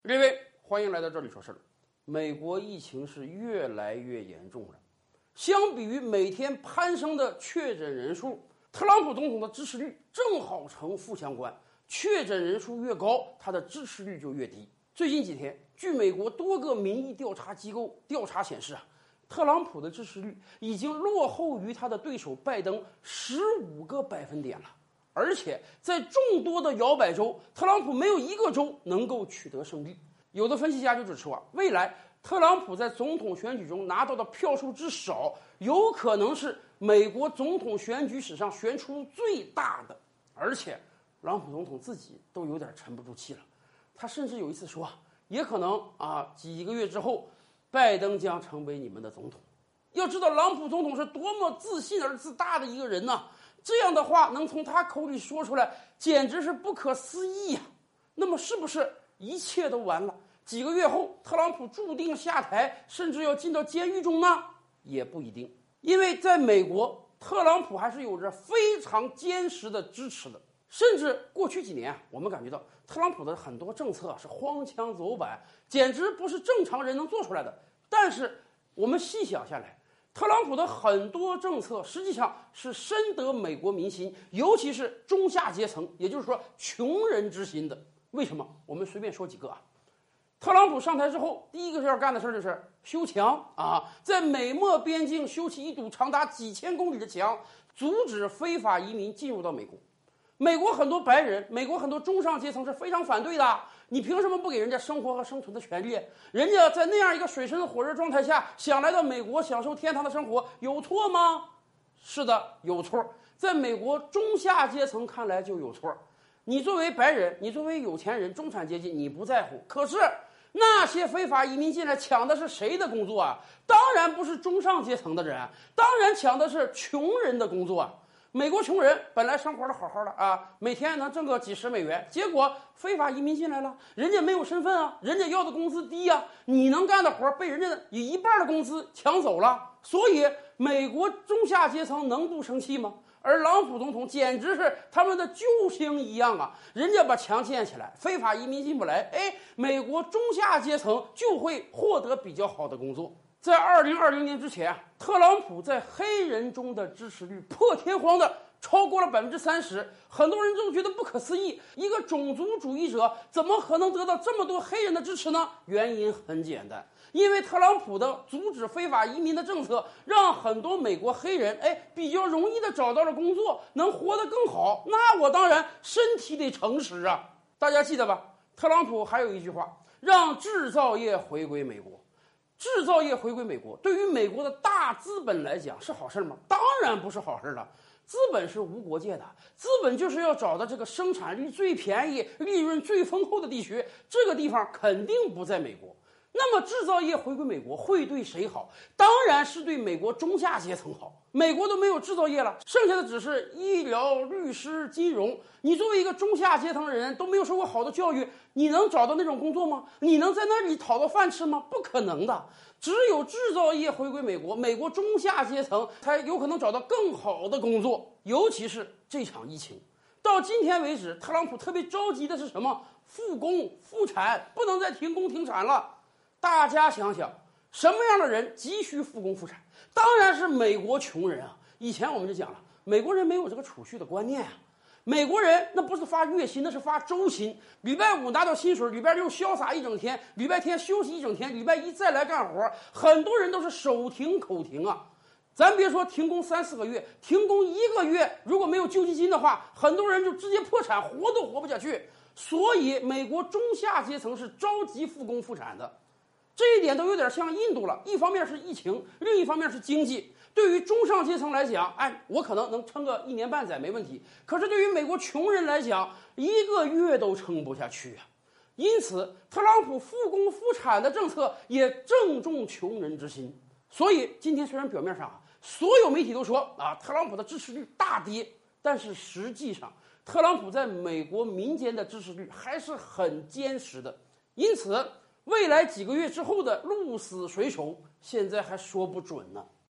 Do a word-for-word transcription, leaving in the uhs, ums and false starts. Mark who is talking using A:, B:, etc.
A: 各位，欢迎来到这里说事儿。美国疫情是越来越严重了，相比于每天攀升的确诊人数，特朗普总统的支持率正好成负相关。确诊人数越高，他的支持率就越低。最近几天，据美国多个民意调查机构调查显示啊，特朗普的支持率已经落后于他的对手拜登十五个百分点了。而且在众多的摇摆州，特朗普没有一个州能够取得胜利。有的分析家就指出啊，未来特朗普在总统选举中拿到的票数之少，有可能是美国总统选举史上选出最大的。而且特朗普总统自己都有点沉不住气了，他甚至有一次说，也可能啊几个月之后，拜登将成为你们的总统。要知道，特朗普总统是多么自信而自大的一个人呢、啊？这样的话能从他口里说出来，简直是不可思议呀、啊！那么是不是一切都完了？几个月后，特朗普注定下台，甚至要进到监狱中呢？也不一定，因为在美国，特朗普还是有着非常坚实的支持的。甚至过去几年，我们感觉到特朗普的很多政策是荒腔走板，简直不是正常人能做出来的。但是我们细想下来，特朗普的很多政策实际上是深得美国民心，尤其是中下阶层，也就是说穷人之心的。为什么？我们随便说几个啊。特朗普上台之后，第一个是要干的事儿就是修墙啊，在美墨边境修起一堵长达几千公里的墙，阻止非法移民进入到美国。美国很多白人，美国很多中上阶层是非常反对的。你凭什么不给人家生活和生存的权利？人家在那样一个水深火热状态下，想来到美国享受天堂的生活，有错吗？是的，有错。在美国中下阶层看来就有错。你作为白人，你作为有钱人、中产阶级，你不在乎。可是那些非法移民进来抢的是谁的工作啊？当然不是中上阶层的人，当然抢的是穷人的工作啊。美国穷人本来生活的好好的啊，每天能挣个几十美元，结果非法移民进来了，人家没有身份啊，人家要的工资低啊，你能干的活被人家以一半的工资抢走了，所以美国中下阶层能不生气吗？而特朗普总统简直是他们的救星一样啊！人家把墙建起来，非法移民进不来，哎，美国中下阶层就会获得比较好的工作。在二零二零年之前，特朗普在黑人中的支持率破天荒的超过了百分之三十，很多人都觉得不可思议。一个种族主义者怎么可能得到这么多黑人的支持呢？原因很简单，因为特朗普的阻止非法移民的政策，让很多美国黑人哎比较容易的找到了工作，能活得更好。那我当然身体得诚实啊！大家记得吧？特朗普还有一句话，让制造业回归美国。制造业回归美国，对于美国的大资本来讲是好事吗？当然不是好事了。资本是无国界的，资本就是要找到这个生产率最便宜、利润最丰厚的地区，这个地方肯定不在美国。那么制造业回归美国会对谁好？当然是对美国中下阶层好。美国都没有制造业了，剩下的只是医疗、律师、金融。你作为一个中下阶层的人，都没有受过好的教育，你能找到那种工作吗？你能在那里讨到饭吃吗？不可能的。只有制造业回归美国，美国中下阶层才有可能找到更好的工作。尤其是这场疫情，到今天为止，特朗普特别着急的是什么？复工复产，不能再停工停产了。大家想想，什么样的人急需复工复产？当然是美国穷人啊！以前我们就讲了，美国人没有这个储蓄的观念啊。美国人那不是发月薪，那是发周薪。礼拜五拿到薪水，礼拜六潇洒一整天，礼拜天休息一整天，礼拜一再来干活。很多人都是手停口停啊。咱别说停工三四个月，停工一个月，如果没有救济金的话，很多人就直接破产，活都活不下去。所以，美国中下阶层是着急复工复产的。这一点都有点像印度了，一方面是疫情，另一方面是经济。对于中上阶层来讲，哎，我可能能撑个一年半载没问题。可是对于美国穷人来讲，一个月都撑不下去啊。因此，特朗普复工复产的政策也正中穷人之心。所以今天虽然表面上啊，所有媒体都说啊，特朗普的支持率大跌，但是实际上，特朗普在美国民间的支持率还是很坚实的。因此，未来几个月之后的鹿死谁手，现在还说不准呢。